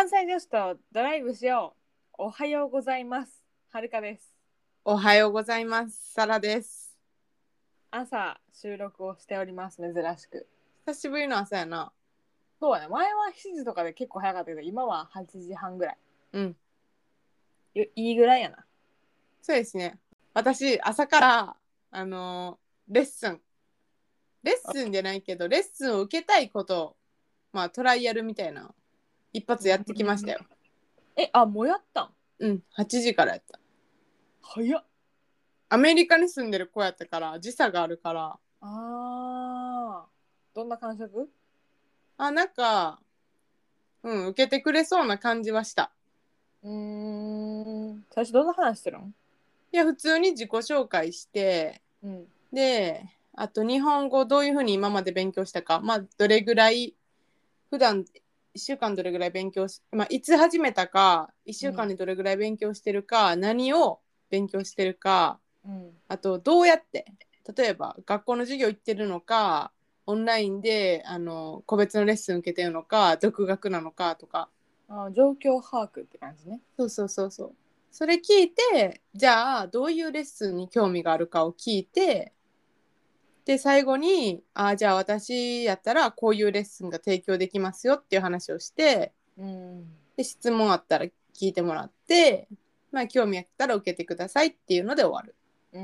関西女子とドライブしよう。おはようございます。はるかです。 おはようございます。サラです。 朝収録をしております。珍しく。 久しぶりの朝やな。 そうね。前は7時とかで結構早かったけど、今は8時半ぐらい。 うん。 いいぐらいやな。 そうですね。私、朝から、レッスン。レッスンじゃないけど、レッスンを受けたいことを、トライアルみたいな、一発やってきましたよ。 もうやったん？ うん、8時からやった。 早っ。 アメリカに住んでる子やったから、時差があるから、 どんな感触？ なんか、受けてくれそうな感じはした。 最初どんな話してるん？ いや、普通に自己紹介して、 うん。 で、あと日本語どういうふうに今まで勉強したか、どれぐらい普段1週間どれぐらい勉強し、いつ始めたか、1週間にどれぐらい勉強してるか、何を勉強してるか、 うん。 あとどうやって、例えば学校の授業行ってるのか、オンラインで個別のレッスン受けてるのか、独学なのかとか。 状況把握って感じね。 そうそうそうそう。それ聞いて、じゃあどういうレッスンに興味があるかを聞いて、で最後にじゃあ私やったらこういうレッスンが提供できますよっていう話をして、 うん。 で質問あったら聞いてもらって、興味あったら受けてくださいっていうので終わる。 うん。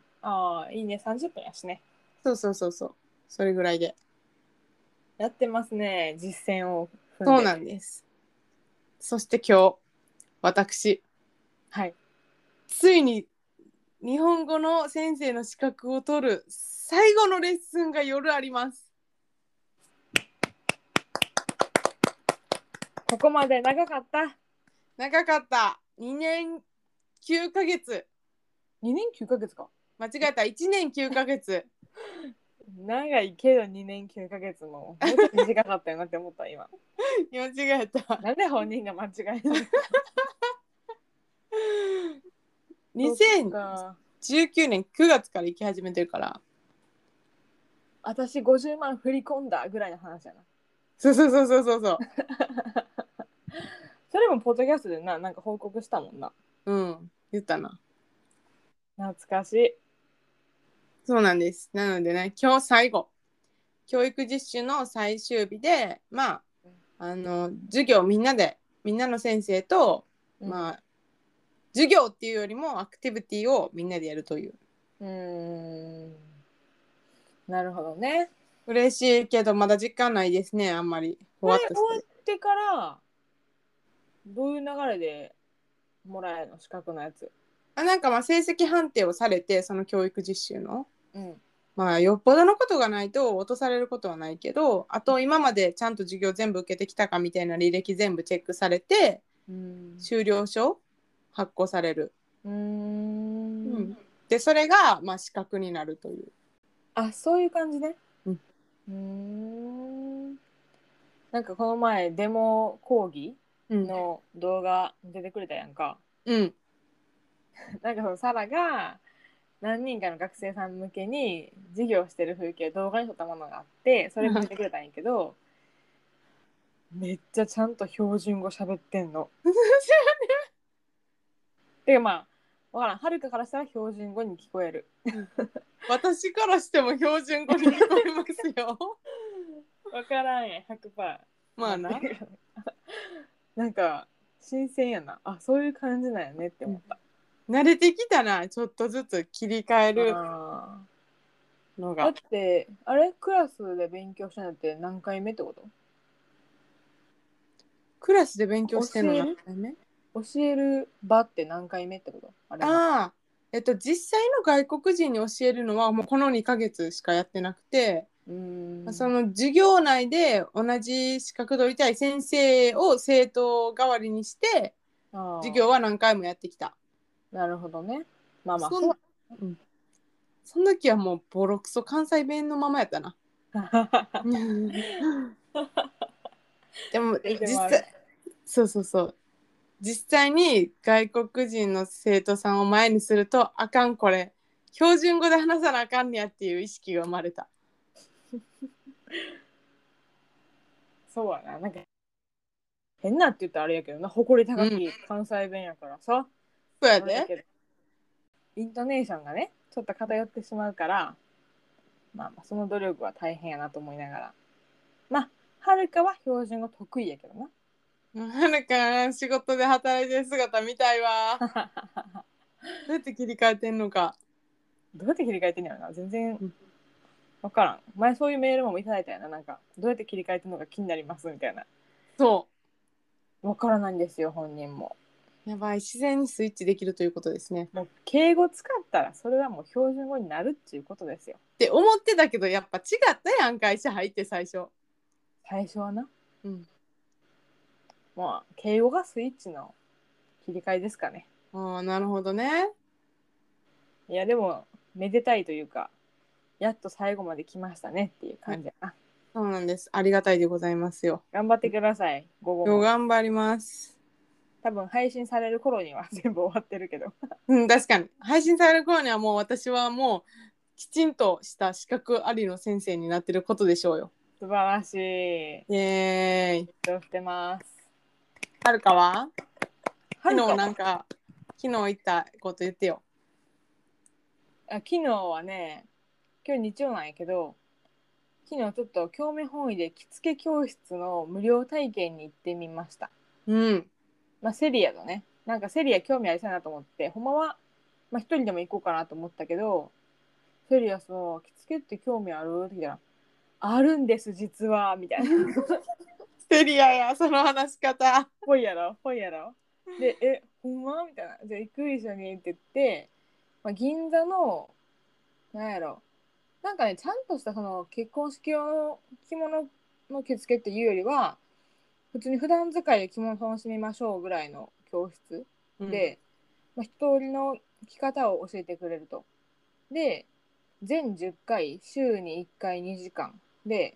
いいね。30分やしね。 そうそうそうそう。それぐらいで。 やってますね。実践を踏んで。 そうなんです。そして今日、私、 はい。 ついに日本語の先生の資格を取る最後のレッスンが夜あります。 ここまで長かった。 長かった。2年9ヶ月。 2年9ヶ月か。 間違えた。1年9ヶ月。 長いけど2年9ヶ月もうちょっと短かったよなって思った今。 間違えた。 なんで本人が間違えるの？ 2019年9月から行き始めてるから。 私50万振り込んだぐらいの話やな。 そうそうそうそうそうそう。 それもポッドキャストでなんか報告したもんな。 うん、言ったな。 懐かしい。 そうなんです。なのでね、今日最後、教育実習の最終日で、授業みんなの先生と、授業っていうよりもアクティビティをみんなでやるという。 なるほどね。 嬉しいけどまだ実感ないですね、あんまり。 これ終わってからどういう流れでもらえるの？資格のやつ。 なんか成績判定をされて、その教育実習の。 うん。 よっぽどのことがないと落とされることはないけど、あと今までちゃんと授業全部受けてきたかみたいな履歴全部チェックされて、修了証発行される。でそれが資格になるという。 そういう感じね。 うん。 なんかこの前デモ講義の動画出てくれたやんか。 うん。 なんかそのサラが何人かの学生さん向けに授業してる風景を動画に撮ったものがあって、それ見せてくれたんやけどめっちゃちゃんと標準語喋ってんの。でわからん、はるかからしたら標準語に聞こえる。 私からしても標準語に聞こえますよ。 わからんやん 100%。 まあな。 なんか新鮮やな。そういう感じなんやねって思った。 慣れてきたな、ちょっとずつ切り替えるのが。 だってあれクラスで勉強したのって何回目ってこと？ クラスで勉強してんの何回目？ 教える場って何回目ってこと？ 実際の外国人に教えるのはもうこの2ヶ月しかやってなくて、その授業内で同じ資格取りたい先生を生徒代わりにして授業は何回もやってきた。 なるほどね。 そう。その時はもうボロクソ関西弁のままやったな。でも実際に外国人の生徒さんを前にするとあかん、これ標準語で話さなあかんねやっていう意識が生まれた。 そうやな。なんか変なって言ったらあれやけどな、誇り高うんき関西弁やからさ、 そうやで。 あれだけどイントネーションがねちょっと偏ってしまうから、まあまあその努力は大変やなと思いながら、まあはるかは標準語得意やけどな。 はるか仕事で働いてる姿見たいわ。どうやって切り替えてんのか。 どうやって切り替えてんやろな、全然うん分からん。前そういうメールもいただいたよな、なんかどうやって切り替えてんのか気になりますみたいな。 そ分からないんですよ本人も。 う。やばい、自然にスイッチできるということですね。 もう敬語使ったらそれはもう標準語になるっていうことですよ。 って思ってたけど、やっぱ違ったやん、会社入って最初。 最初はな、 うん。 まあ敬語がスイッチの切り替えですかね。 ああ、なるほどね。 いやでもめでたいというか、やっと最後まで来ましたねっていう感じやな。 そうなんです。ありがたいでございますよ。 頑張ってください午後今日も。 頑張ります。 多分配信される頃には全部終わってるけど。 うん、確かに。配信される頃にはもう私はもうきちんとした資格ありの先生になってることでしょうよ。 素晴らしい。 イエーイ。 どうしてます。 はるかは昨日はるかなんか、昨日言ったこと言ってよ。 昨日はね、今日日曜なんやけど、昨日ちょっと興味本位で着付け教室の無料体験に行ってみました。 うん。 まあセリアのね、なんかセリア興味ありそうやなと思って、ほんまはまあ一人でも行こうかなと思ったけど、セリアそう着付けって興味あるって聞いたら、あるんです実はみたいな。 セリアや、その話し方。 ほいやろほいやろ。でほんまみたいな、じゃあ行く一緒にって言って、まあ、銀座のなんやろ、なんかねちゃんとしたその結婚式用の着物の着付けっていうよりは、普通に普段使いで着物楽しみましょうぐらいの教室で、まあ、一通りの着方を教えてくれると。で全10回週に1回2時間で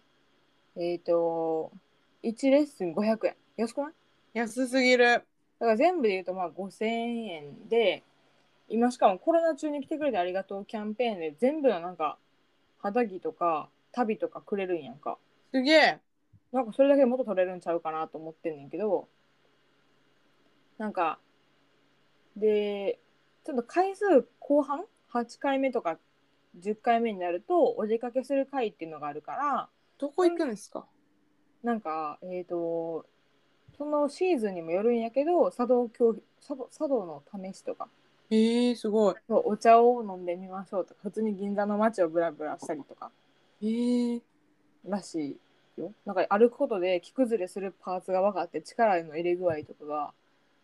1レッスン500円。安くない？ 安すぎる。 だから全部で言うとまあ5000円で、今しかもコロナ中に来てくれてありがとうキャンペーンで全部のなんか肌着とか旅とかくれるんやんか。 すげえ。 なんかそれだけでもっと取れるんちゃうかなと思ってんねんけど、なんかでちょっと回数後半8回目とか10回目になるとお出かけする会っていうのがあるから、 どこ行くんですか？ なんかそのシーズンにもよるんやけど、茶道の試しとか、 すごい。 そうお茶を飲んでみましょうとか、普通に銀座の街をブラブラしたりとかー、 らしいよ。なんか歩くことで着崩れするパーツが分かって、力の入れ具合とかが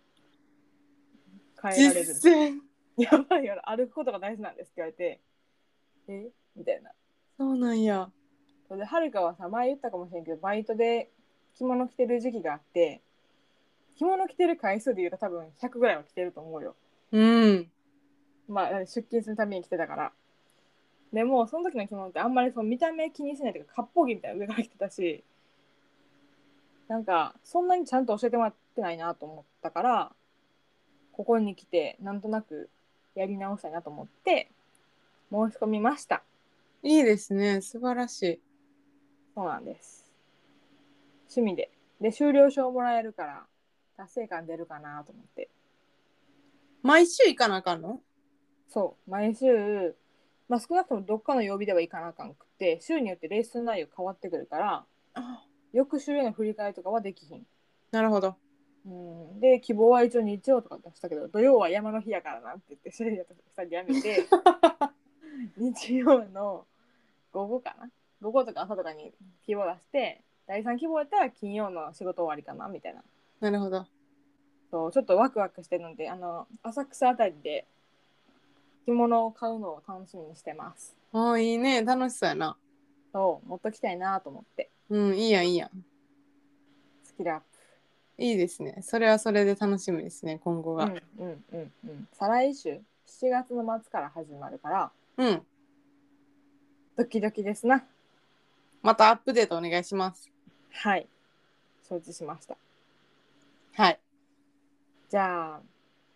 変えられる。 実践。 やばいやろ、歩くことが大事なんですって言われて、みたいな。 そうなんや。 それではるかはさ、前言ったかもしれんけど、バイトで着物着てる時期があって、着物着てる回数で言うと多分100ぐらいは着てると思うよ。 うん。 まあ出勤するために着てたから。でもその時の着物ってあんまりその見た目気にしないというか、割烹着みたいな上から着てたし、なんかそんなにちゃんと教えてもらってないなと思ったから、ここに来てなんとなくやり直したいなと思って申し込みました。 いいですね。素晴らしい。 そうなんです。趣味で。で、修了証もらえるから達成感出るかなと思って。 毎週行かなあかんの？ そう、毎週、まあ少なくともどっかの曜日では行かなあかんくて、週によってレッスン内容変わってくるから、 あ、 翌週への振り返りとかはできひん。 なるほど。 で、希望は一応日曜とか出したけど、土曜は山の日やからなって言って、シェリアと2人でやめて、日曜の午後かな、午後とか朝とかに希望出して、第3希望やったら金曜の仕事終わりかなみたいな。 なるほど。 そうちょっとワクワクしてるので、浅草あたりで着物を買うのを楽しみにしてます。 ああ、いいね。楽しそうやな。 そう持っときたいなと思って。 うん、いいやん、いいやん。 スキルアップ。 いいですね。それはそれで楽しみですね、今後が。 再来週7月の末から始まるからうん。 ドキドキですな。 またアップデートお願いします。 はい、承知しました。 はい。 じゃあ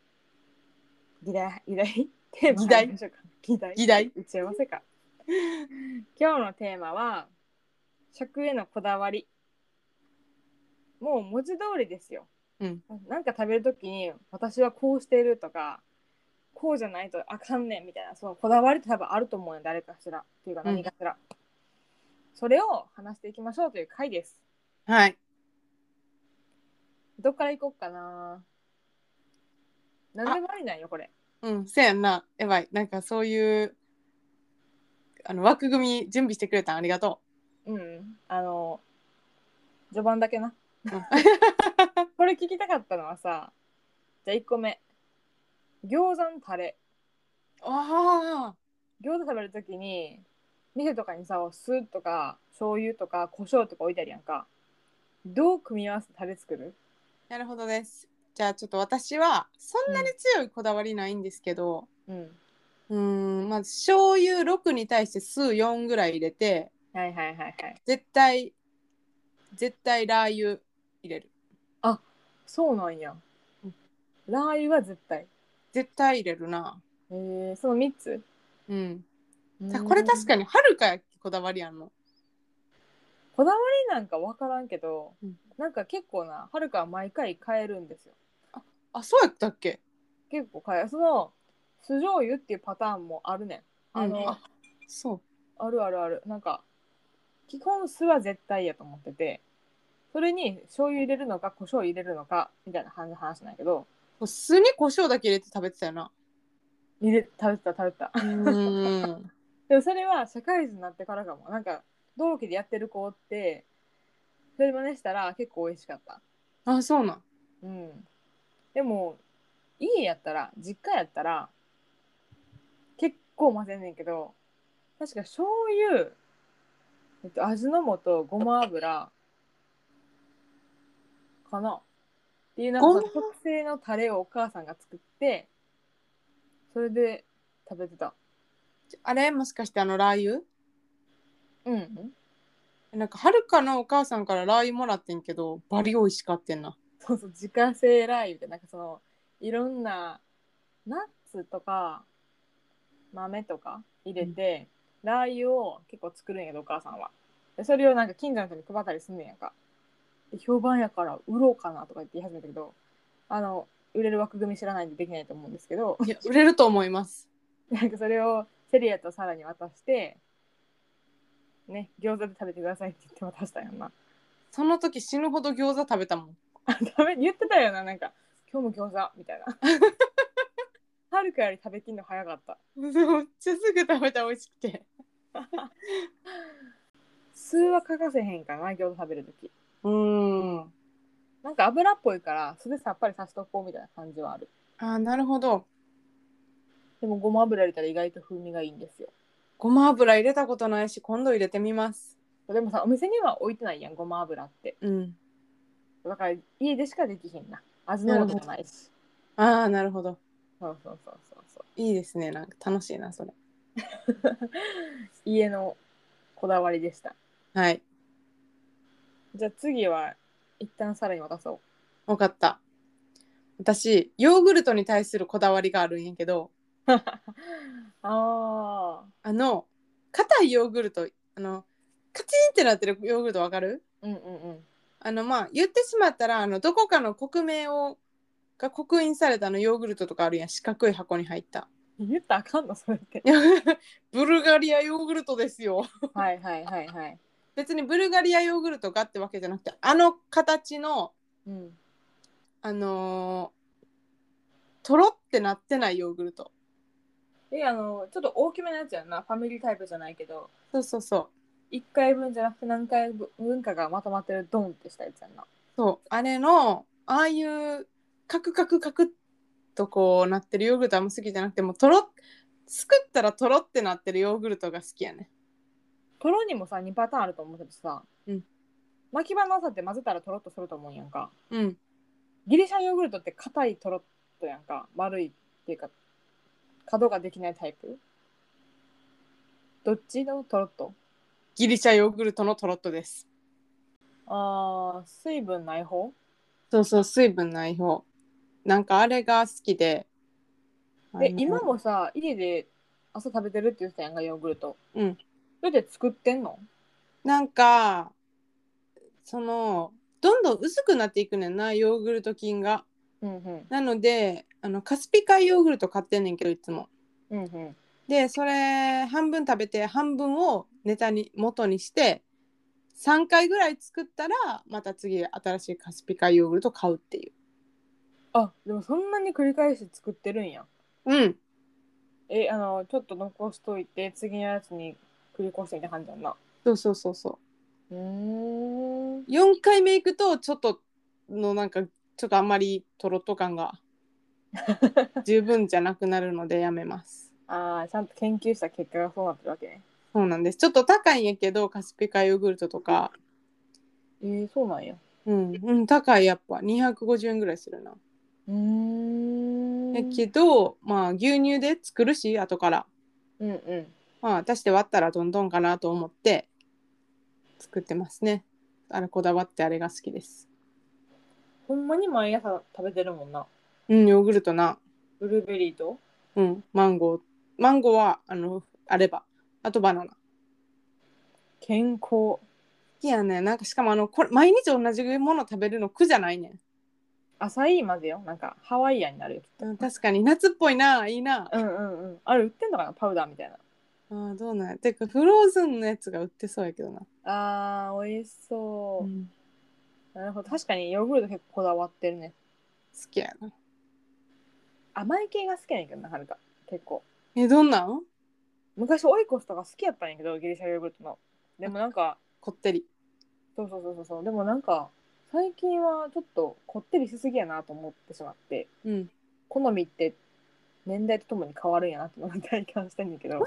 議題テーマ議題入りましょうか。議題議題打ち合わせか。今日のテーマは食へのこだわり。 もう文字通りですよ。 うん。 なんか食べるときに私はこうしてるとか、こうじゃないとあかんねんみたいな、そのこだわりって多分あると思うね、誰かしらっていうかうん。 何かしら。それを話していきましょうという回です。 はい。 どっから行こうかな。何であ、 もありなんよ、これ。 うん、せやんな。やばい。なんかそういう枠組み準備してくれたんありがとうん。序盤だけな。 う。うん、 これ聞きたかったのはさ、じゃあ1個目。餃子のタレ。 ああ、 餃子食べるときに、店とかにさ、酢とか醤油とか胡椒とか置いてあるやんか。どう組み合わせてタレ作る？ なるほどです。じゃあちょっと私はそんなにうん。 強いこだわりないんですけど、 うん。 まず醤油6に対して酢4ぐらい入れて、 はいはいはいはい。 絶対ラー油入れる。 あ、そうなんや。 うん、 ラー油は絶対。 絶対入れるな。 その3つ。 うん。 うこれ確かん。 にはるかやこだわりあんの。 こだわりなんか分からんけど、 うん、 なんか結構な、はるかは毎回変えるんですよ。 そうやったっけ？ 結構変える。その、酢醤油っていうパターンもあるねん。 うん。そう。 あるあるある。なんか、基本酢は絶対やと思ってて、それに醤油入れるのか胡椒入れるのかみたいな話なんやけど、 酢に胡椒だけ入れて食べてたよな。 食べてた食べてた。 ん。 でもそれは社会人になってからかも。なんか、同期でやってる子って、それ真似したら結構美味しかった。 あ、そうなん。 うん。でも、家やったら、実家やったら、結構混ぜんねんけど、確か醤油、味の素、ごま油かなっていう、なんかごま、 その特製のタレをお母さんが作って、それで食べてた。 あれもしかしてラー油？ うん。 なんかはるかのお母さんからラー油もらってんけど、バリ美味しかってんな。 そうそう、自家製ラー油って、なんかその、いろんなナッツとか豆とか入れて、ラー油を結構作るんやけど、お母さんは。でそれをなんか近所の人に配ったりすんねんやんか。で評判やから売ろうかなとか言って言い始めたけど、売れる枠組み知らないんでできないと思うんですけど、 いや、売れると思います。 なんかそれをセリアとサラに渡して、ね、餃子で食べてくださいって言って渡したんやんな。 その時死ぬほど餃子食べたもん。 言ってたよな、なんか、今日も餃子みたいな。はるかより食べきんの早かった。 めっちゃすぐ食べた、美味しくて。 酢は欠かせへんかな、餃子食べるとき。 うーん。 なんか油っぽいから酢でさっぱりさしとこうみたいな感じはある。 あ、なるほど。 でもごま油入れたら意外と風味がいいんですよ。 ごま油入れたことないし、今度入れてみます。 でもさ、お店には置いてないやん、ごま油って。 うん。 だから家でしかできひんな。味のなるほど。 素じゃないし。 ああ、なるほど。 そうそうそうそうそう。 いいですね。なんか楽しいな、それ。 家のこだわりでした。 はい。 じゃあ次は一旦さらに渡そわかった。私、ヨーグルトに対するこだわりがあるんやけど、 う。ああ。 あの、硬いヨーグルト、カチンってなってるヨーグルトわかる？ うんうんまあ、言ってしまったら、どこかの国名が刻印されたヨーグルトとかあるやん。四角い箱に入った。 うん。言ったらあかんのそれって。 ブルガリアヨーグルトですよ。 はいはいはいはい。 別にブルガリアヨーグルトがってわけじゃなくて、あの形の、 うん。 あのーとろってなってないヨーグルト。 ちょっと大きめのやつやんな。ファミリータイプじゃないけど、 そうそうそう。 1回分じゃなくて何回分かがまとまってるドンってしたやつやんな。 そう。あれの、ああいうカクカクカクっとこうなってるヨーグルトあんま好きじゃなくて、もうすくったらとろってなってるヨーグルトが好きやね。 とろにもさ、2パターンあると思うけどさ、 うん。 巻き場の朝って混ぜたらとろっとすると思うんやんか。 うん。 ギリシャヨーグルトって硬いとろっとやんか。丸いっていうか、角ができないタイプ。どっちのとろっと？ ギリシャヨーグルトのとろっとです。 水分ない方？ そうそう、水分ない方。なんかあれが好きで、 今もさ、家で朝食べてるって言ってたやんか、ヨーグルト。 うん。 それで作ってんの？ なんか、その、 どんどん薄くなっていくねんな、ヨーグルト菌が。 うんうんなのでカスピ海ヨーグルト買ってんねんけどいつも。 うんうん。 でそれ半分食べて半分をネタに元にして3回ぐらい作ったらまた次新しいカスピ海ヨーグルト買うっていう。 あ、でもそんなに繰り返し作ってるんや。 うん、 ちょっと残しといて次のやつに繰り越してみた感じやんな。 そうそうそうそう。 うーん。 4回目行くとちょっとなんかちょっとあんまりトロッと感が十分じゃなくなるのでやめます。 ああ、ちゃんと研究した結果がそうなってるわけね。 そうなんです。ちょっと高いんやけどカスピ海ヨーグルトとか、 そうなんや。 高い。やっぱ250円ぐらいするな。 うーん。 やけどまあ牛乳で作るし後からうんうん。 まあ足して割ったらどんどんかなと思って作ってますね。こだわってあれが好きです。 ほんまに毎朝食べてるもんな。 ヨーグルトな。 ブルーベリーと。 マンゴーはあれば、あとバナナ好健康。 きやね。なんかしかもこれ毎日同じもの食べるの苦じゃないねん。 アサイーまでよ。なんかハワイアンになるよきっと。 確かに夏っぽいな。いいな。 うんうんうん。あれ売ってんのかなパウダーみたいな。 どうなんや。てかフローズンのやつが売ってそうやけどな。 あー、美味しそうん、 う。なるほど。確かにヨーグルト結構こだわってるね。 好きやな。 甘い系が好きやねんけどな、はるか。結構。 どんなん？ 昔オイコスとか好きやったんやけど、ギリシャヨーグルトの。でもなんか、 こってり。 そうそうそうそう。でもなんか、最近はちょっとこってりしすぎやなと思ってしまって、 うん。 好みって年代とともに変わるんやなって体感してんだけど、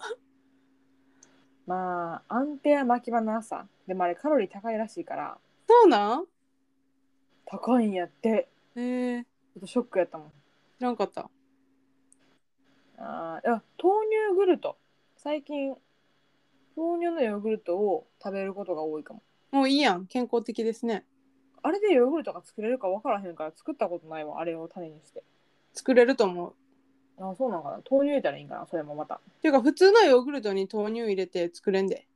まあ、安定は巻き場の朝。でもあれカロリー高いらしいから、 そうなん？ 高いんやって。 えー、知ちょっとショックやったもん。 らんかった。 いや、豆乳グルト。最近、豆乳のヨーグルトを食べることが多いかも。 もういいやん。健康的ですね。 あれでヨーグルトが作れるか分からへんから作ったことないわ、あれを種にして。 作れると思う。 そうなのかな。豆乳入れたらいいんかな、それもまた。 ていうか普通のヨーグルトに豆乳入れて作れんで。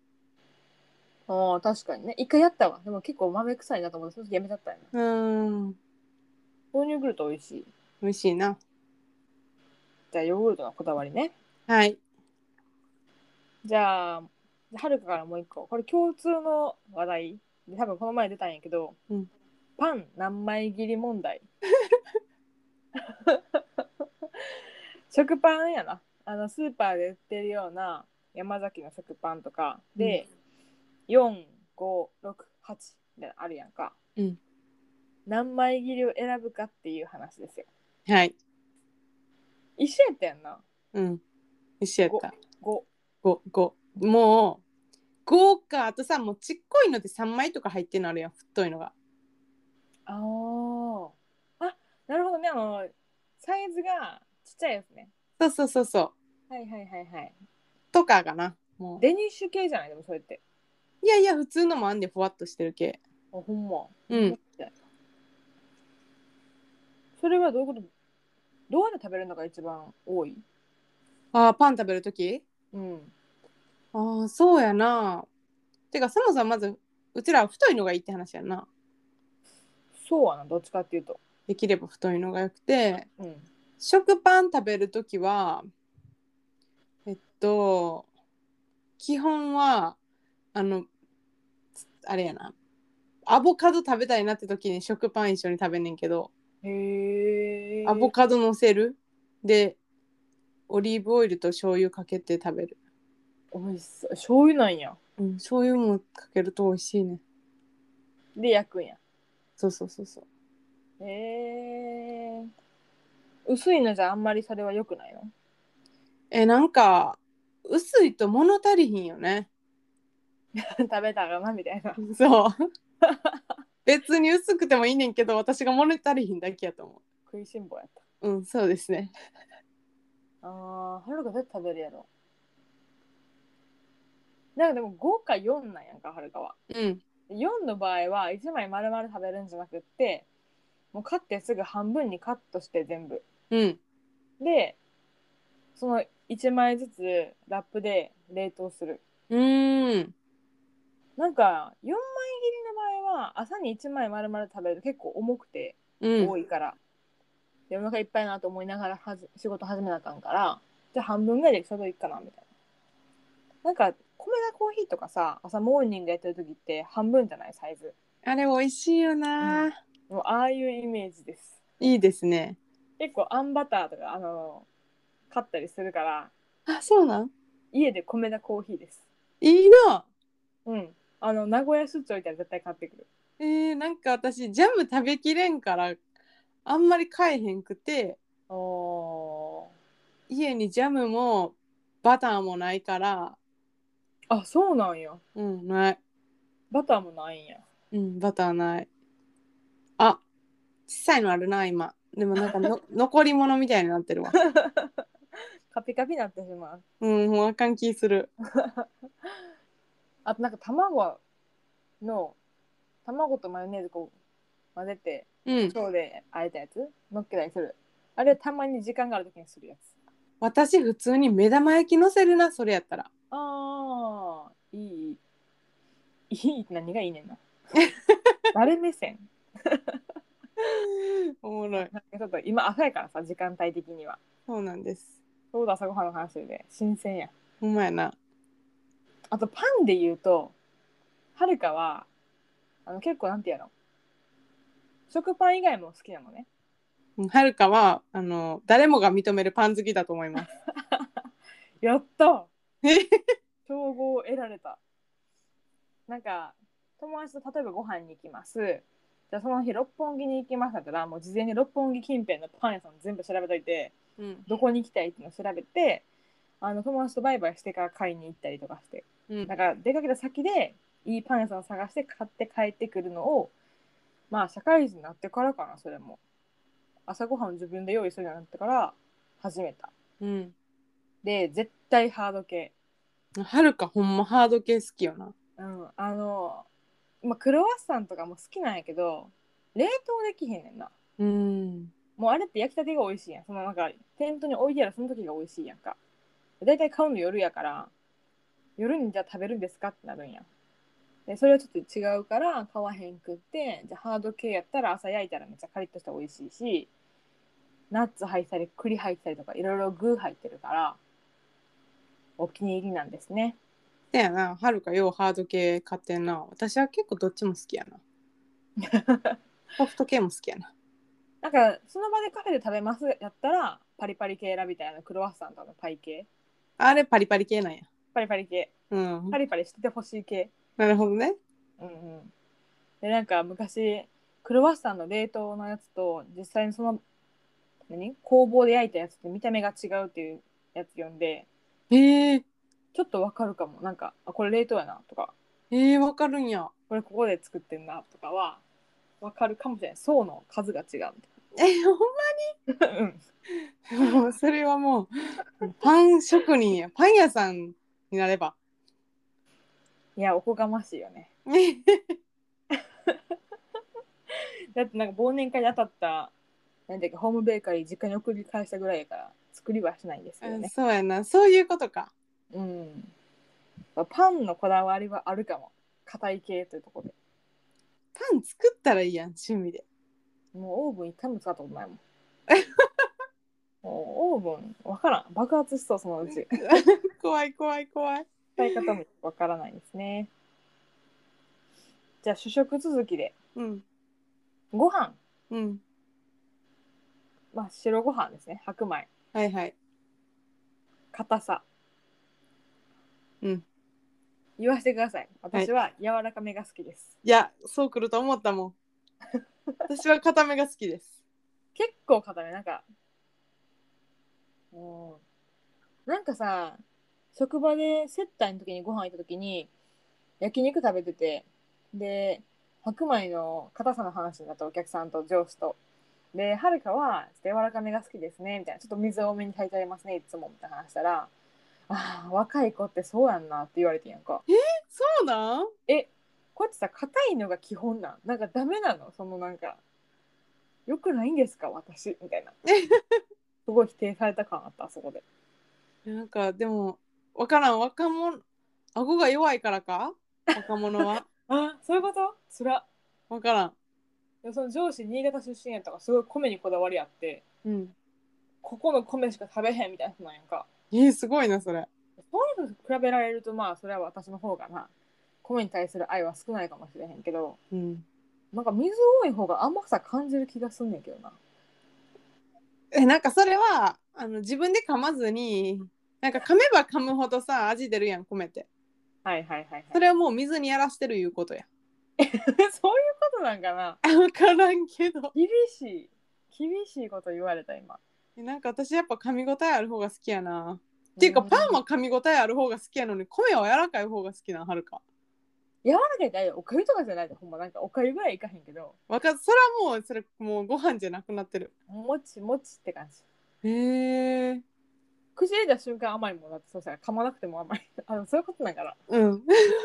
確かにね。一回やったわ。でも結構豆臭いなと思って、その時やめちゃったよね。 ん。 豆乳グルト美味しい。 美味しいな。 じゃあヨーグルトのこだわりね。 はい。 じゃあ、はるかからもう一個。これ共通の話題で多分この前出たんやけど、 うん。 パン何枚切り問題。食パンやな。スーパーで売ってるような山崎の食パンとかで、4、5、6、8みたいなのあるやんか。 うん。 何枚切りを選ぶかっていう話ですよ。 はい。 一緒やったやんな。 うん。一緒やっ 5、 た。 5。 5。もう、豪華。あとさ、もうちっこいので3枚とか入ってるのあるやん。太いのが。 あ、なるほどね。サイズがちっちゃいやつね。 そうそうそうそう。 はいはいはいはい。 とかかな。もデニッシュ系じゃないでもそれって。 う。いやいや、普通のもあんでふわっとしてる系。 ほんま。 うん。 それはどういうこと？どうやって食べるのが一番多い？ パン食べるとき？ うん。 そうやな。てか、そもそもまず、うちらは太いのがいいって話やな。 そうやな、どっちかっていうと。 できれば太いのがよくて、 うん。 食パン食べるときは、えっと、基本は、あの、あれやな。アボカド食べたいなって時に食パン一緒に食べんねんけど、アへえ。 ボカド乗せる。で、オリーブオイルと醤油かけて食べる。 美味しそう。醤油なんや。 醤油もかけると美味しいね。 で、焼くんや。 そうそうそうそう。 へえ。薄いのじゃあんまりそれは良くないの？ なんか、薄いと物足りひんよね。 食べたかなみたいな。 そう。別に薄くてもいいねんけど、私が物足りひんだけやと思食いしん坊やった。 う。そうですね。 はるかどうやって食べるやろ？なんかでも5か4なんやんか、はるかは。 うん。 4の場合は1枚丸々食べるんじゃなくって、もう買ってすぐ半分にカットして全部。 うん。 で、その1枚ずつラップで冷凍する。 うーん。 なんか4枚切りの場合は朝に1枚丸々食べると結構重くてうん多いから、でお腹いっぱいなと思いながら仕事始めなあかんから、じゃあ半分ぐらいでちょうどいいかなみたいな。なんか米田コーヒーとかさ、朝モーニングやってる時って半分じゃないサイズ。 あれ美味しいようん、 な。 もうああいうイメージです。 いいですね。 結構あんバターとか買ったりするから、 あ、そうなん。 家で米田コーヒーです。 いいな。 うん。名古屋出張行ったら絶対買ってくる。 なんか私ジャム食べきれんからあんまり買えへんくて、 お家にジャムもバターもないから、 あ、そうなんや。 ない。 バターもないんや。 バターない。あ、小さいのあるな今。でもなんかの残り物みたいになってるわ。 カピカピになってしまう。 もうあかん気する。 あとなんかの卵とマヨネーズこう混ぜてうん。 腸であえたやつ乗っけたりする。あれたまに時間がある時にするやつ。 私普通に目玉焼きのせるな、それやったら。 あー、いい何がいいねんな。誰目線。 おもろい。 ちょっと今朝やからさ、時間帯的にはそうなんです。 ちょうど朝ごはんの話で新鮮や。 ほんまやな。 あとパンで言うとはるかは結構なんていうの、食パン以外も好きなのね。 はるかは誰もが認めるパン好きだと思います。 やった称号を得られた。なんか友達と例えばご飯に行きます。じゃあその日六本木に行きますだったらもう事前に六本木近辺のパン屋さん全部調べといて、 うん、 どこに行きたいっていうのを調べて友達とバイバイしてから買いに行ったりとかして、だから出かけた先でいいパン屋さんを探して買って帰ってくるのを、まあ社会人になってからかな。それも朝ごはんを自分で用意するようになってから始めた。 うん。 で絶対ハード系。 はるかほんまハード系好きよな。 クロワッサンとかも好きなんやけど冷凍できへんねんな。 うん。 もうあれって焼きたてが美味しいやん。そのなんかテントに置いてあるその時が美味しいやんか。だいたい買うの夜やから、夜にじゃあ食べるんですかってなるんや。でそれはちょっと違うから買わへんくって、じゃあハード系やったら朝焼いたらめっちゃカリッとして美味しいし、ナッツ入ったり栗入ったりとかいろいろ具入ってるからお気に入りなんですね。 せやな、はるかようハード系買ってんな。私は結構どっちも好きやな。ソフト系も好きやな。 なんかその場でカフェで食べますやったらパリパリ系選びたいな。クロワッサンとかのパイ系。 あれパリパリ系なんや。 パリパリ系。 うん。 パリパリしててほしい系。 なるほどね。 うんうん。でなんか昔クロワッサンの冷凍のやつと実際にその工房で焼いたやつって見た目が違うっていうやつ読んで、 へえ。 ちょっとわかるかも。なんかこれ冷凍やなとか、 わかるんや。 これここで作ってんなとかはわかるかもしれない。層の数が違うみたいほんな。うんまもうそれはもうパン職人や。パン屋さんになれば。 いやおこがましいよね。だってなんか忘年会で当たったなんだっけホームベーカリー実家に送り返したぐらいやから作りはしないんですけどね。 そうやな。そういうことか。 うん。パンのこだわりはあるかも。硬い系というところで。 パン作ったらいいやん、趣味で。 もうオーブン一回も使ったことないもん。もうオーブンわからん。爆発しそうそのうち。 怖い怖い怖い。 使い方もわからないですね。じゃあ主食続きでうん。 ご飯、 うん。 まあ白ご飯ですね。白米、 はいはい。 硬さうん。 言わせてください。 はい。 私は柔らかめが好きです。 いや、そうくると思ったもん。私は固めが好きです。 結構硬め。なんかもうなんかさ、職場で接待の時にご飯行った時に焼肉食べてて、で白米の硬さの話になったお客さんと上司と。で、はるかはちょっと柔らかめが好きですねみたいな、ちょっと水多めに炊いてありますねいつもみたいな話したら、ああ若い子ってそうやんなって言われてんやんか。 そうなん。 え、こうやってさ硬いのが基本なんかダメなの、そのなんかよくないんですか私みたいな、すごい否定された感あったあそこで。 なんかでもわからん。若者顎が弱いからか、若者は。 あ、そういうことつら。 わからん。 でその上司新潟出身やったからすごい米にこだわりあって、 うん。 ここの米しか食べへんみたいな人なんやんか。 すごいなそれ。 そういうのと比べられるとまあそれは私の方がな、米に対する愛は少ないかもしれへんけど、 うん。 なんか水多い方が甘さ感じる気がすんねんけどな。 なんかそれは自分で噛まずに、なんか噛めば噛むほどさ味出るやん米って。 はいはいはいはい。 それはもう水にやらしてるいうことや。 そういうことなんかな。 分からんけど。 厳しい。厳しいこと言われた今。 なんか私やっぱ噛み応えある方が好きやな。っていうかパンうん。 は噛み応えある方が好きやのに米は柔らかい方が好きなんはるか。 柔らかいっておかゆとかじゃないで、ほんまなんかおかゆぐらいいかへんけど、 それはもうそれもうご飯じゃなくなってる。 もちもちって感じ。 へえ。 口入れた瞬間甘いもんだって、そうしたら噛まなくても甘い。そういうことなんかな。 うん。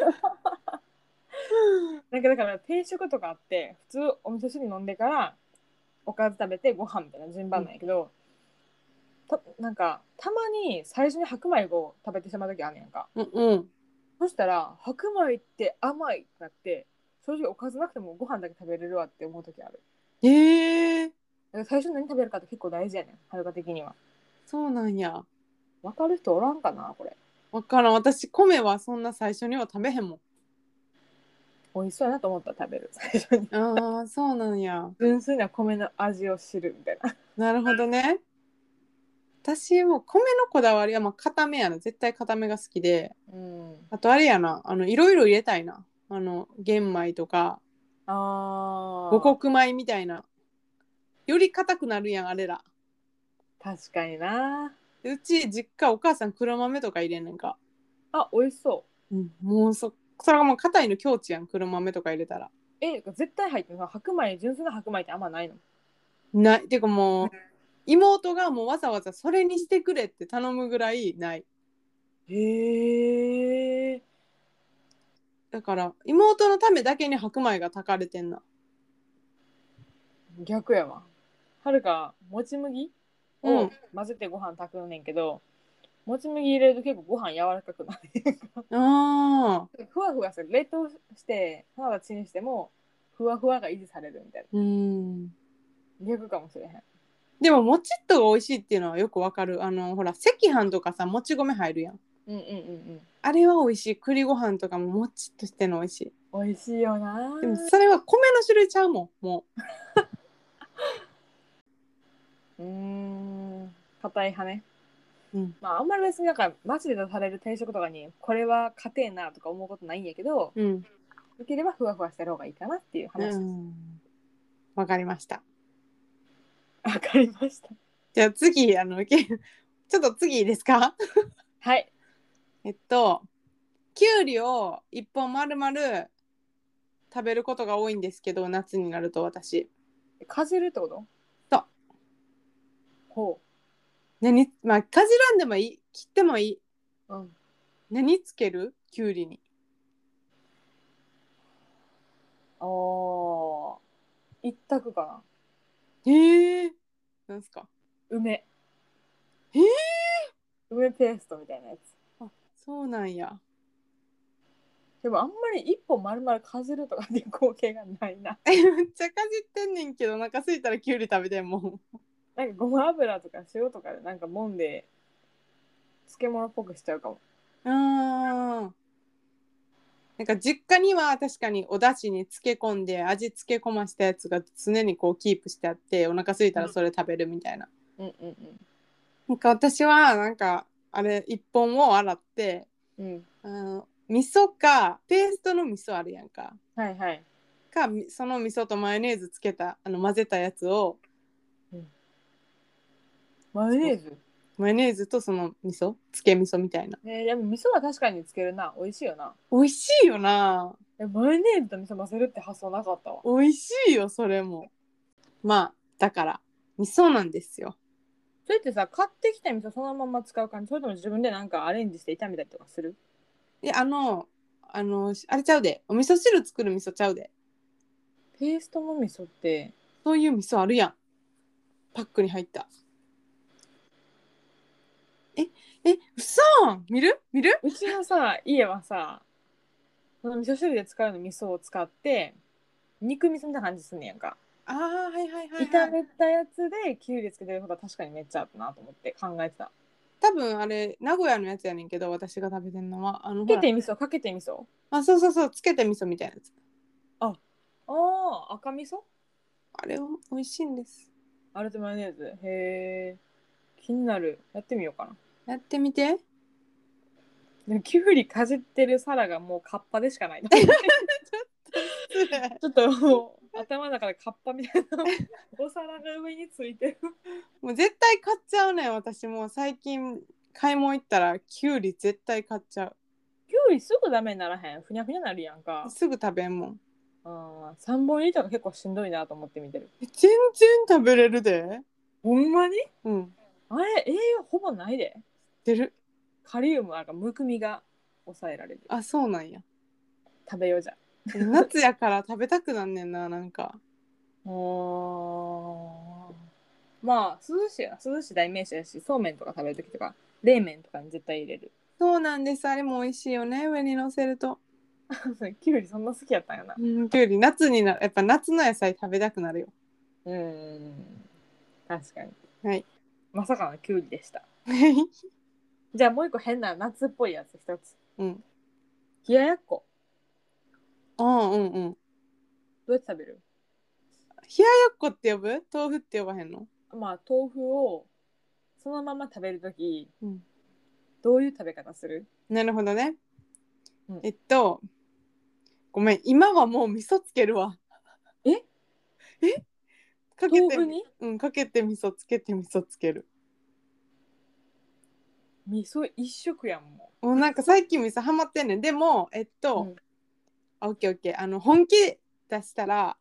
なんかだから定食とかあって、普通お味噌汁飲んでからおかず食べてご飯みたいな順番なんやけど、なんかたまに最初に白米を食べてしまう時あるんやんか。 うんうん。 そしたら白米って甘いってなって、正直おかずなくてもご飯だけ食べれるわって思う時ある。 へえ。 だから最初に何食べるかって結構大事やねん、はるか的には。 そうなんや。 わかる人おらんかなこれ。 わからん。私米はそんな最初には食べへんもん。 美味しそうやなと思ったら食べる、最初に。 ああ、そうなんや。 純粋な米の味を知るみたいな。 なるほどね。私も米のこだわりはまあ固めやな。絶対固めが好きで。 うん。 あとあれやな。いろいろ入れたいな。玄米とか五あ穀米みたいな。より硬くなるやん、あれら。 確かにな。 うち実家お母さん黒豆とか入れんねんか。 美味しそうん、もうそれがもう硬いの境地やん、黒豆とか入れたら。 う。絶対入ってるの白米、純粋な白米ってあんまないの？ ない。てかもう、妹がもうわざわざそれにしてくれって頼むぐらいない。 へえ。 だから妹のためだけに白米が炊かれてんな。 逆やわ。はるかもち麦をうん。 混ぜてご飯炊くねんけど、もち麦入れると結構ご飯柔らかくなる。 ああ。 ふわふわする。冷凍してただチンしてもふわふわが維持されるみたいうん。 な。逆かもしれへん。 でももちっとが美味しいっていうのはよくわかる。ほら赤飯とかさ、もち米入るやん。 うんうんうんうん。 あれは美味しい。栗ご飯とかももちっとしての美味しい。 美味しいよな。 でもそれは米の種類ちゃうもん、も硬い派ね。 う。うん。 まああんまり別になんか街で出される定食とかにこれは硬えなとか思うことないんやけど、 うん。 できればふわふわしてる方がいいかなっていうう話です。 ん。わかりました。 わかりました。 じゃあ次、ちょっと次いいですか？ はい。 きゅうりを一本丸々食べることが多いんですけど、夏になると私。 かじるってこと？ そう。 ほまあ、かじらんでもいい。切ってもいい。 う。うん。 何つけるきゅうりに。 一択かな。 へえ。なんすか？ 梅。 へえ。 梅ペーストみたいなやつ。 あ、そうなんや。 でもあんまり一本丸々かじるとかっていう光景がないな。 めっちゃかじってんねんけど、お腹すいたらきゅうり食べてんもん。 なんかごま油とか塩とかでなんかもんで漬物っぽくしちゃうかも。 あー。なんか実家には確かにお出汁に漬け込んで味漬け込ましたやつが常にこうキープしてあって、お腹空いたらそれ食べるみたいな。 うんうんなんか私はなんかあれ一本を洗って、 うん。うん。 味噌かペーストの味噌あるやんか。 はいはい。 その味噌とマヨネーズつけた混ぜたやつを、 うん、マヨネーズ。 マヨネーズとそのつけ味噌みたいな。 でも味噌は確かにつけるな。美味しいよな。 美味しいよな。 マヨネーズと味噌混ぜるって発想なかったわ。 美味しいよそれも。まあだから味噌なんですよ。 それってさ、買ってきた味噌そのまま使う感じ？それとも自分でなんかアレンジして炒めたりとかする？ いやあれちゃうで、お味噌汁作る味噌ちゃうで。 ペーストの味噌って、 そういう味噌あるやん、パックに入った。嘘。見るうちのさ、家はさ、その味噌汁で使うの味噌を使って、 肉味噌みたいな感じすんねやんか。 ああ、はいはいはい炒はい。 めたやつできゅうりつけてることは確かにめっちゃあったなと思って考えてた。 多分あれ、名古屋のやつやねんけど、私が食べてんのは。ほら。 かけて味噌かけて味噌。 あ、そうそうそう、つけて味噌みたいなやつ。 ああー、赤味噌。 あれ、美味しいんです。 あれとマヨネーズ。へえ、気になる。やってみようかな。 やってみて。 でもきゅうりかじってる皿がもうカッパでしかない。 失礼。 ちょっともう頭の中でカッパみたいなお皿が上についてる。 もう絶対買っちゃうねん。私もう最近買い物行ったらきゅうり絶対買っちゃきゅうりすぐダメにならへん。ふにゃふにゃなるやんう。 か。 すぐ食べんもん。 3本入りとか結構しんどいなと思って見てる。 全然食べれるで。 ほんまに？ うん。 あれ栄養ほぼないで。 出る。 カリウムなんかむくみが抑えられる。 あ、そうなんや。 食べようじゃ。 夏やから食べたくなんねんな、なんか。 まあ涼しいや涼しい代名詞だし、そうめんとか食べるときとか冷麺とかに絶対入れる。 そうなんです。あれも美味しいよね、上に乗せると。 きゅうりそんな好きやったんやな。 うん、きゅうり夏にやっぱ夏の野菜食べたくなるよ。 確かに。 はい。 まさかのきゅうりでした。じゃあもう一個変な夏っぽいやつ一つ。 うん。 冷ややっこ。 ああ、うんうん。 どうやって食べる？ 冷ややっこって呼ぶ？豆腐って呼ばへんの？ まあ豆腐をそのまま食べるとき、 うん。 どういう食べ方する？ なるほどね。 うん、 ごめん、今はもう味噌つけるわ。 ええかけて、 豆腐にうん、かけて味噌つけて味噌つける。 味噌一色やんももうなんか最近味噌ハマってんねん。でも、 う。うんオッケーオッケー。本気出したら、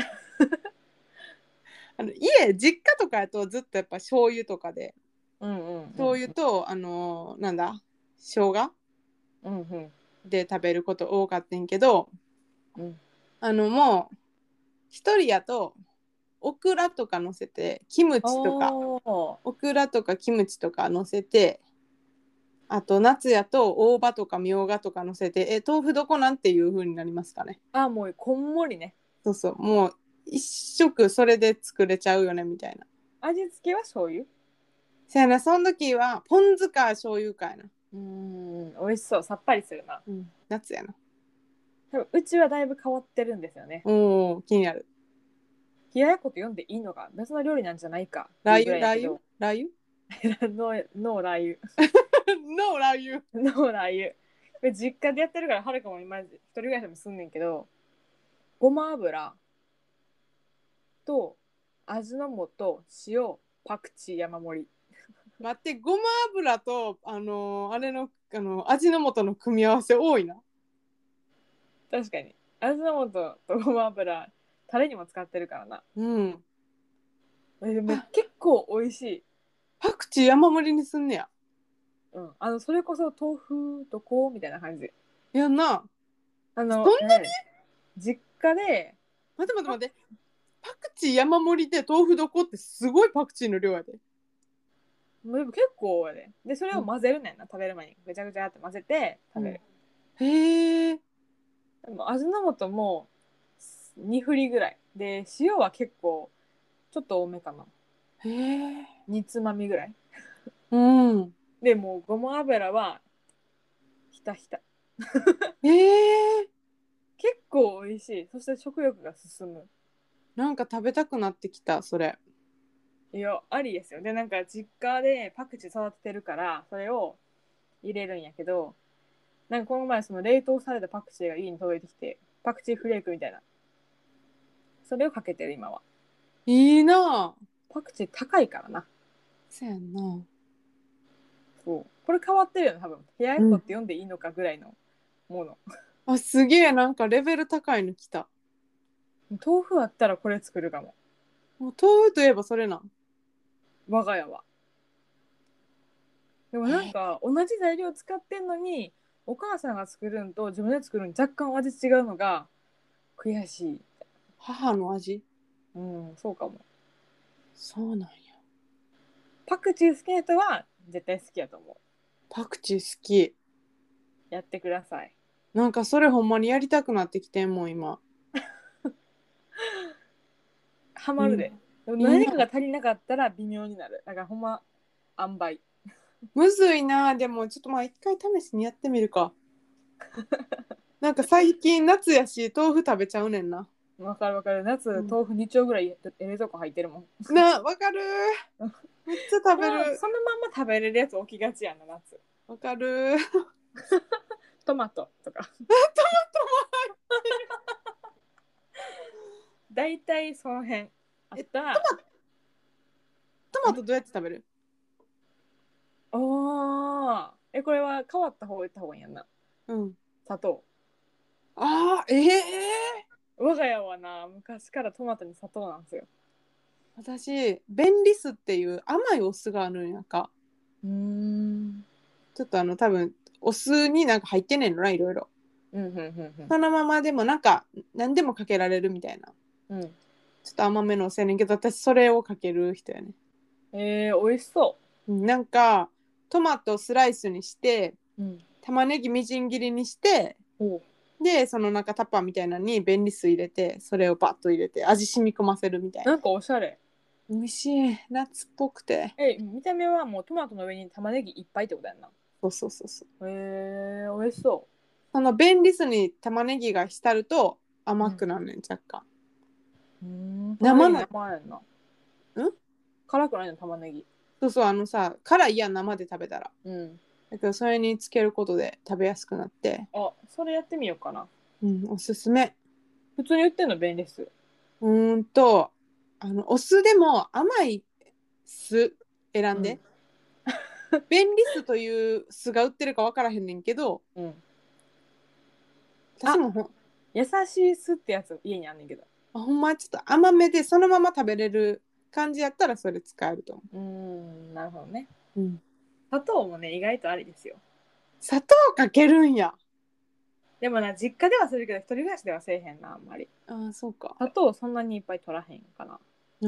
実家とかやとずっとやっぱ醤油とかで、 うんうん醤油と、なんだ、生姜うんうんで食べること多かったんけど、 うんもう、一人やと、オクラとか乗せて、キムチとか、 おーオクラとかキムチとか乗せて、あと夏やと大葉とかみょうがとか乗せて、豆腐どこなんていう風になりますかね。 もうこんもりね。 そうそう、もう一食それで作れちゃうよねみたいな。 味付けは醤油？ せやな、その時はポン酢か醤油かやな。 美味しそう。さっぱりするな。 うん、夏やな。 多分うちはだいぶ変わってるんですよね。 おー、気になる。 冷ややっこと読んでいいのか別の料理なんじゃないかっていうぐラー油ラー油らいやけど。 ラーノーラー油。 油のラー油。 ノーラー油。これ実家でやってるからはるかも今一人暮らしでもすんねんけど、ごま油と味の素、塩、パクチー山盛り。 待って、ごま油と、あれの、味の素の組み合わせ多いな。 確かに。味の素とごま油、タレにも使ってるからな。 うん。 結構美味しい。 パクチー山盛りにすんねや。 それこそ豆腐どこみたいな感じ。 やんな。 あの、 そんなに？ 実家で、 待って待って待って。パクチー山盛りで豆腐どこってすごいパクチーの量やで。 もうでも結構やで。で、それを混ぜるねんな、食べる前に。ぐちゃぐちゃって混ぜて食べる。 へえ。 でも味の素も2振りぐらい。で、塩は結構ちょっと多めかな。 へえ。 2つまみぐらい。 うん。 で、もうごま油はひたひた。 へえ。 結構美味しい。そして食欲が進む。 なんか食べたくなってきた、それ。 いや、ありですよ。で、なんか実家でパクチー育ててるから、それを入れるんやけど、なんかこの前その冷凍されたパクチーが家に届いてきて、パクチーフレークみたいな。それをかけてる今は。 いいな。 パクチー高いからな。 そやんな。 そう。これ変わってるよね、多分。冷ややっこって読んでいいのかぐらいのもの。 あ、すげえ、なんかレベル高いの来た。 豆腐あったらこれ作るかも。 もう豆腐といえばそれなん。 我が家は。でもなんか同じ材料使ってんのに、お母さんが作るんと自分で作るのに若干味違うのが悔しい。 母の味。 そうかも。 そうなんや。 パクチー好きな人は絶対好きやと思う。 パクチー好き。 やってください。 なんかそれほんまにやりたくなってきてんもん今。 ハマるで。でもいいな何かが足りなかったら微妙になる。だからほんま、塩梅。 むずいな。でもちょっとまあ一回試しにやってみるか。なんか最近夏やし豆腐食べちゃうねんな。 わかるわかる。夏、 うん豆腐2丁ぐらい冷蔵庫入ってるもん。 わかる。めっちゃ食べる。 そのまんま食べれるやつ起きがちやな、夏。 わかる。 トマトとか。だいたいその辺。あったら。 トマトどうやって食べる？ これは変わった方が言った方がいいんやんな。 うん。 砂糖。 あー、 我が家はな、昔からトマトに砂糖なんですよ。 私ベンリスっていう甘いお酢があるんやんか。 うーん。 ちょっと多分お酢になんか入ってんねんのないろいろ。 うんうんうんそのままでもなんか何でもかけられるみたいな。 うん。 ちょっと甘めのお酢やねんけど、私それをかける人やね。 美味しそなんかトマトスライスにしてう。うん。 玉ねぎみじん切りにして、 おでそのなんかタッパーみたいなのに便利酢入れて、それをバッと入れて味染み込ませるみたいな。 なんかおしゃれ。 美味しい。夏っぽくて。 見た目はもうトマトの上に玉ねぎいっぱいってことやんな。 そうそうそうそう。 美味しそその便利酢に玉ねぎが浸ると甘くなんねん、若干。 う。生生のやんな。 うん辛くないの玉ねぎ。 そうそう、さ辛いやん、生で食べたら。 うん。 だけどそれにつけることで食べやすくなって、 それやってみようかな。 おすすめ。 普通に売ってんの便利っす。 お酢でも甘い酢選んで、便利酢という酢が売ってるか分からへんねんけど、 うん。 私も優しい酢ってやつ家にあんねんけど。 ほんまちょっと甘めでそのまま食べれる感じやったらそれ使えると思なるほどね。 う。 砂糖もね、意外とありですよ。 砂糖かけるんや。 でもな、実家ではするけど、一人暮らしではせえへんな、あんまり。 ああ、そうか。 砂糖そんなにいっぱい取らへんかな。 うん。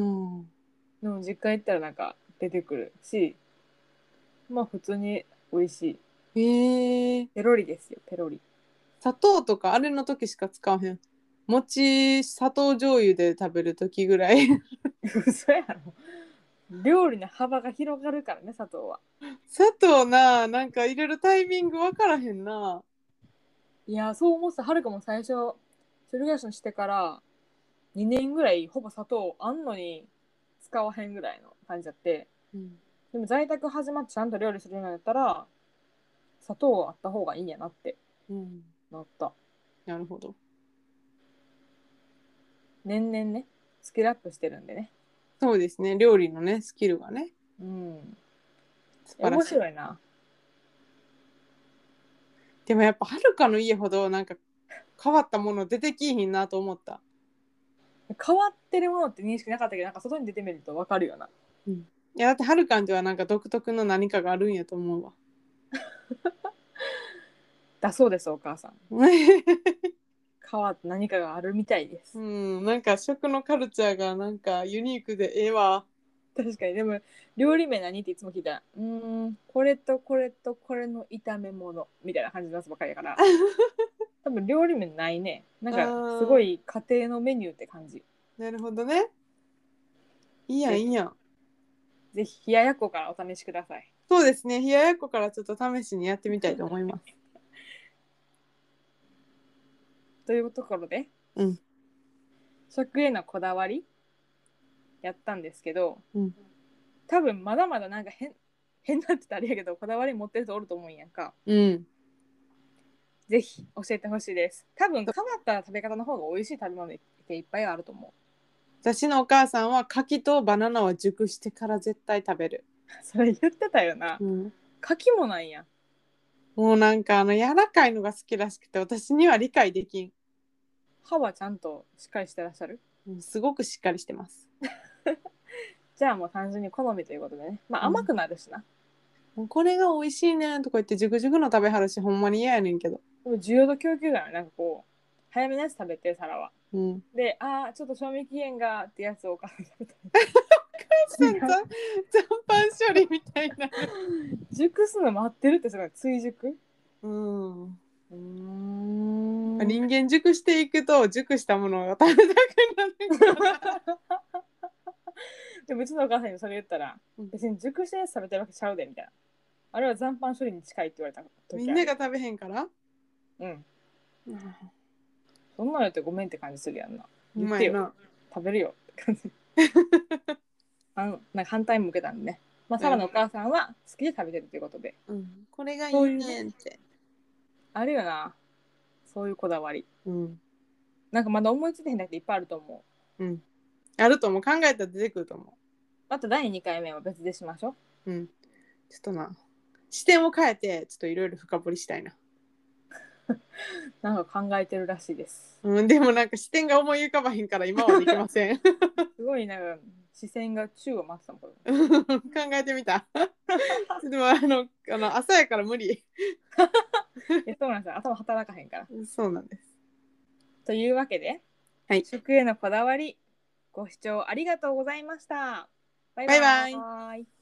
でも実家行ったらなんか出てくるし、まあ普通に美味しい。ペロリですよ、ペロリ。 砂糖とかあれの時しか使わへん。餅砂糖醤油で食べる時ぐらい。 嘘やろ。料理の幅が広がるからね、砂糖は。 砂糖な、なんか入れるタイミング分からへんな。 いや、そう思ってた。はるかも最初、一人暮らししてから2年ぐらいほぼ砂糖あんのに使わへんぐらいの感じだって。でも在宅始まってちゃんと料理するようになったら、砂糖あった方がいいんやなってなった。 なるほど。 年々ね、スキルアップしてるんでね。 そうですね、料理のね、スキルがね。素晴らしい。 面白いな。 でもやっぱはるかの家ほどなんか変わったもの出てきひんなと思った。 変わってるものって認識なかったけど、なんか外に出てみると分かるよな。 いやだってはるかんではなんか独特の何かがあるんやと思うわ。 だそうです、お母さん。変わって何かがあるみたいです。 なんか食のカルチャーがなんかユニークでええわ。 確かに。でも料理名何っていつも聞いたら、これとこれとこれの炒め物みたいな感じのやつばっかりやから多分料理名ないね。なんかすごい家庭のメニューって感じ。 なるほどね。いいやんいいやん。 ぜひ冷ややっこからお試しください。 そうですね、冷ややっこからちょっと試しにやってみたいと思います。 というところで、食へのこだわりやったんですけど、多分まだまだなんか変なって言ったらあれやけど、こだわり持ってる人おると思うんやんか。ぜひ教えてほしいです。多分変わった食べ方の方が美味しい食べ物っていっぱいあると思う。 私のお母さんは柿とバナナは熟してから絶対食べる。 それ言ってたよな。柿もなんや。 もうなんか柔らかいのが好きらしくて私には理解できん。 歯はちゃんとしっかりしてらっしゃる？ すごくしっかりしてます。 じゃあもう単純に好みということでね。まあ甘くなるしな。 もうこれが美味しいねとか言ってジュクジュクの食べはるしほんまに嫌やねんけど。 でも需要と供給がなんかこう早めのやつ食べて皿は。で、ちょっと賞味期限がってやつをお母さん食べた。 残飯処理みたいな。 熟すの待ってるってすごい。追熟？ 人間熟していくと熟したものが食べたくなるからでもうちのお母さんにそれ言ったら、 うん別に熟したやつ食べてるわけちゃうでみたいな。あれは残飯処理に近いって言われた時ある。 みんなが食べへんから。 うん。 うん、 そんなの言ってごめんって感じするやんな。 う言ってよ。 まいな。 食べるよって感じ。なんか反対向けたんでね。まあ、サラのお母さんは好きで食べてるということで。 うん、これがいいそういうねんって。 あるよな。そういうこだわり。 うん。 なんかまだ思いついてへんだけどいっぱいあると思う。 うん。あると思う。考えたら出てくると思あと第2回目は別でしましょう。 う。うん。ちょっとな。視点を変えて、ちょっといろいろ深掘りしたいな。 なんか考えてるらしいです。 うん、でもなんか視点が思い浮かばへんから今はできません。 すごいなんか視線が宙を待ってたもん。これ考えてみた。でも朝やから無理。 そうなんですよ。頭働かへんから。 そうなんです。 というわけで、 はい。 食へのこだわり、ご視聴ありがとうございました。バイババイバイ。 ーイ。